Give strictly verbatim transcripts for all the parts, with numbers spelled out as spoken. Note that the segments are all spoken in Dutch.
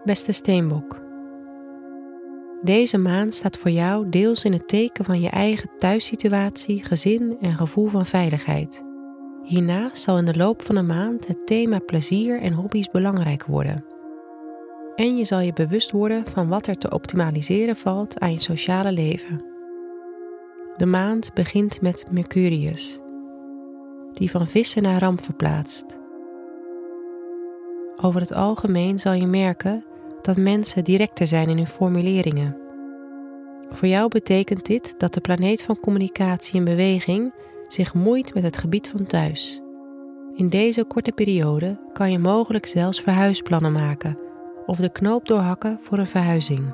Beste Steenbok. Deze maan staat voor jou deels in het teken van je eigen thuissituatie, gezin en gevoel van veiligheid. Hiernaast zal in de loop van de maand het thema plezier en hobby's belangrijk worden. En je zal je bewust worden van wat er te optimaliseren valt aan je sociale leven. De maand begint met Mercurius, die van vissen naar ram verplaatst. Over het algemeen zal je merken dat mensen directer zijn in hun formuleringen. Voor jou betekent dit dat de planeet van communicatie en beweging zich moeit met het gebied van thuis. In deze korte periode kan je mogelijk zelfs verhuisplannen maken of de knoop doorhakken voor een verhuizing.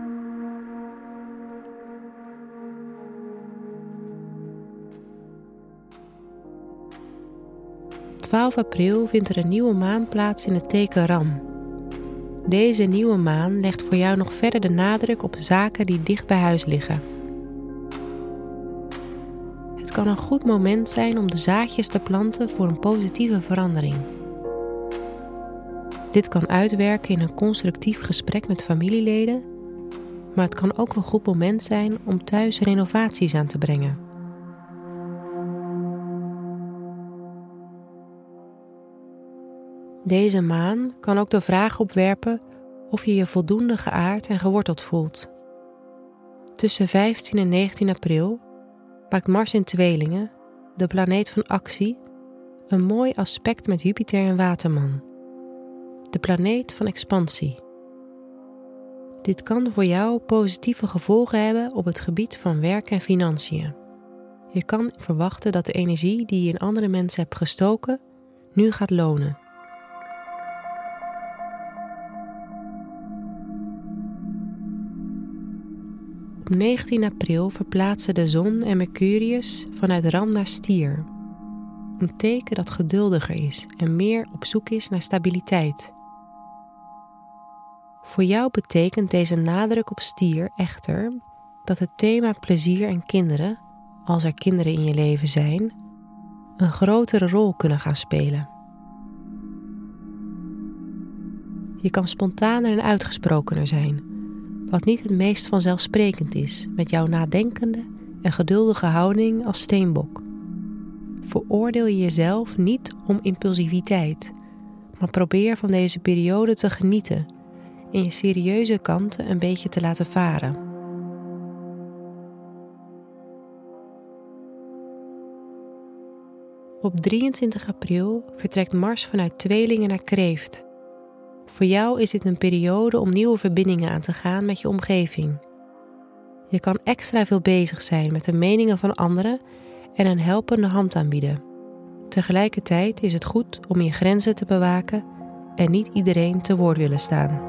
twaalf april vindt er een nieuwe maan plaats in het teken Ram. Deze nieuwe maan legt voor jou nog verder de nadruk op zaken die dicht bij huis liggen. Het kan een goed moment zijn om de zaadjes te planten voor een positieve verandering. Dit kan uitwerken in een constructief gesprek met familieleden, maar het kan ook een goed moment zijn om thuis renovaties aan te brengen. Deze maan kan ook de vraag opwerpen of je je voldoende geaard en geworteld voelt. Tussen vijftien en negentien april maakt Mars in tweelingen, de planeet van actie, een mooi aspect met Jupiter en Waterman, de planeet van expansie. Dit kan voor jou positieve gevolgen hebben op het gebied van werk en financiën. Je kan verwachten dat de energie die je in andere mensen hebt gestoken, nu gaat lonen. Op negentien april verplaatsen de zon en Mercurius vanuit Ram naar Stier. Een teken dat geduldiger is en meer op zoek is naar stabiliteit. Voor jou betekent deze nadruk op Stier echter dat het thema plezier en kinderen, als er kinderen in je leven zijn, een grotere rol kunnen gaan spelen. Je kan spontaner en uitgesprokener zijn, wat niet het meest vanzelfsprekend is met jouw nadenkende en geduldige houding als Steenbok. Veroordeel je jezelf niet om impulsiviteit, maar probeer van deze periode te genieten en je serieuze kanten een beetje te laten varen. Op drieëntwintig april vertrekt Mars vanuit Tweelingen naar Kreeft. Voor jou is dit een periode om nieuwe verbindingen aan te gaan met je omgeving. Je kan extra veel bezig zijn met de meningen van anderen en een helpende hand aanbieden. Tegelijkertijd is het goed om je grenzen te bewaken en niet iedereen te woord willen staan.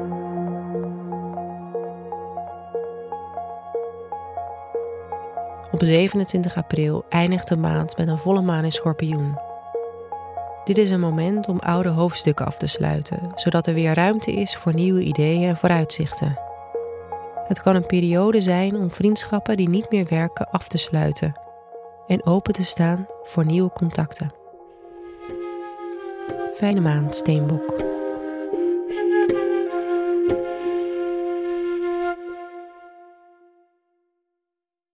Op zevenentwintig april eindigt de maand met een volle maan in Schorpioen. Dit is een moment om oude hoofdstukken af te sluiten, zodat er weer ruimte is voor nieuwe ideeën en vooruitzichten. Het kan een periode zijn om vriendschappen die niet meer werken af te sluiten en open te staan voor nieuwe contacten. Fijne maand, Steenbok.